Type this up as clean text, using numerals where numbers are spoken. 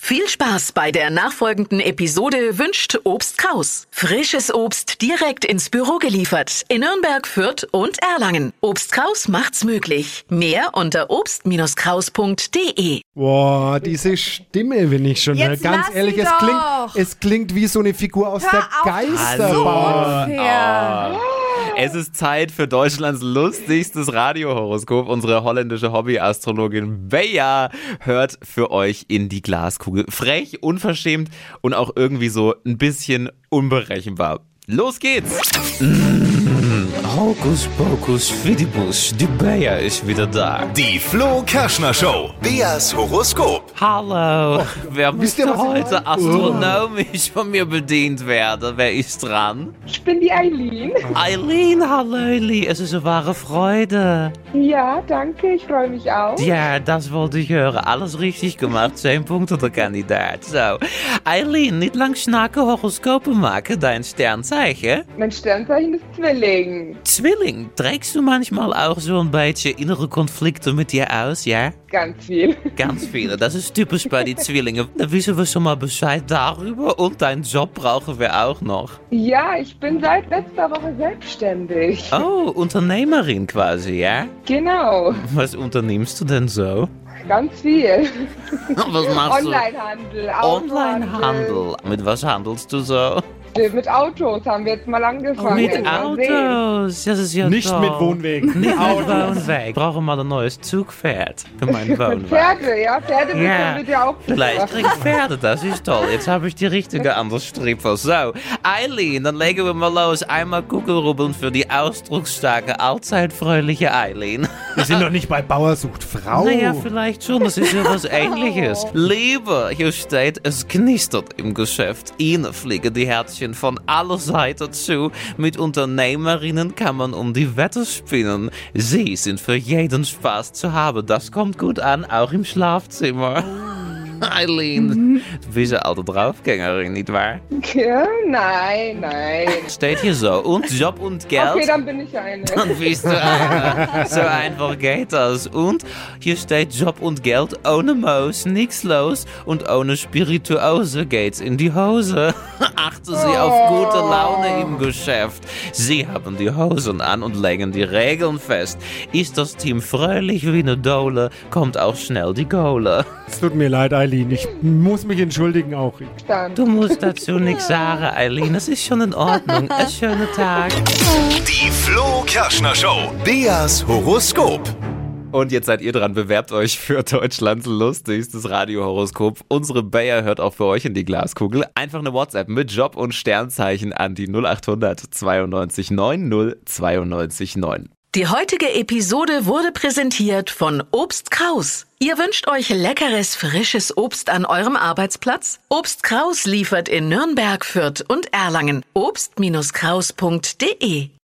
Viel Spaß bei der nachfolgenden Episode wünscht Obst Kraus. Frisches Obst direkt ins Büro geliefert in Nürnberg, Fürth und Erlangen. Obst Kraus macht's möglich. Mehr unter obst-kraus.de. Boah, diese Stimme, wenn ich schon höre. Ganz ehrlich, es klingt wie so eine Figur aus der Geisterbahn. Es ist Zeit für Deutschlands lustigstes Radiohoroskop. Unsere holländische Hobbyastrologin Bea hört für euch in die Glaskugel. Frech, unverschämt und auch irgendwie so ein bisschen unberechenbar. Los geht's! Hokus Pokus Fidibus, die Bea ist wieder da. Die Flo Kerschner Show, Beas Horoskop. Hallo, wer wisst ihr, möchte was ich heute meine? astronomisch von mir bedient werden? Wer ist dran? Ich bin die Eileen. Eileen, hallöli, es ist eine wahre Freude. Ja, danke, ich freue mich auch. Ja, das wollte ich hören. Alles richtig gemacht, 10 Punkte der Kandidat. So, Eileen, nicht lang schnacken, Horoskope machen, dein Sternzeichen? Mein Sternzeichen ist Zwilling. Zwilling, trägst du manchmal auch so ein bisschen innere Konflikte mit dir aus, ja? Ganz viel. Ganz viele, das ist typisch bei den Zwillingen. Da wissen wir schon mal Bescheid darüber und deinen Job brauchen wir auch noch. Ja, ich bin seit letzter Woche selbstständig. Oh, Unternehmerin quasi, ja? Genau, Was unternimmst du denn so? ganz viel. Was machst du? Onlinehandel, Autohandel. Onlinehandel. Mit was handelst du so? Mit Autos haben wir jetzt mal angefangen. Mit Mal sehen. Autos, das ist ja Nicht toll. mit Wohnwegen. Nicht mit Wohnweg. Ich brauche mal ein neues Zugpferd für meinen Wohnwagen. Pferde, ja, Pferde Ja, wird ja auch vielleicht krieg ich Pferde, das ist toll. Jetzt habe ich die richtige Anstripper. So, Eileen, dann legen wir mal los. Einmal Kugelrubbeln für die ausdrucksstarke, allzeit fröhliche Eileen. Wir sind doch nicht bei Bauer sucht Frau. Naja, vielleicht schon, das ist ja was Ähnliches. Liebe, hier steht, es knistert im Geschäft. Ihnen fliegen die Herzchen von aller Seiten zu. Mit Unternehmerinnen kann man um die Wette spinnen. Sie sind für jeden Spaß zu haben. Das kommt gut an, auch im Schlafzimmer. Eileen, du bist eine alte Draufgängerin, nicht wahr? Ja, nein. Steht hier so. Und Job und Geld. Okay, dann bin ich eine. Dann bist du einer. So einfach geht das. Und hier steht Job und Geld. Ohne Maus nix los. Und ohne Spirituose geht's in die Hose. Achten Sie auf gute Laune im Geschäft. Sie haben die Hosen an und legen die Regeln fest. Ist das Team fröhlich wie eine Dole, kommt auch schnell die Gole. Es tut mir leid, Eileen. Ich muss mich entschuldigen auch. Dann. Du musst dazu nichts sagen, Eileen. Es ist schon in Ordnung. Ein schöner Tag. Die Flo Kerschner Show, Beas Horoskop. Und jetzt seid ihr dran, bewerbt euch für Deutschlands lustigstes Radiohoroskop. Unsere Bea hört auch für euch in die Glaskugel. Einfach eine WhatsApp mit Job und Sternzeichen an die 0800 92 9 092 9. Die heutige Episode wurde präsentiert von Obst Kraus. Ihr wünscht euch leckeres, frisches Obst an eurem Arbeitsplatz? Obst Kraus liefert in Nürnberg, Fürth und Erlangen. Obst-Kraus.de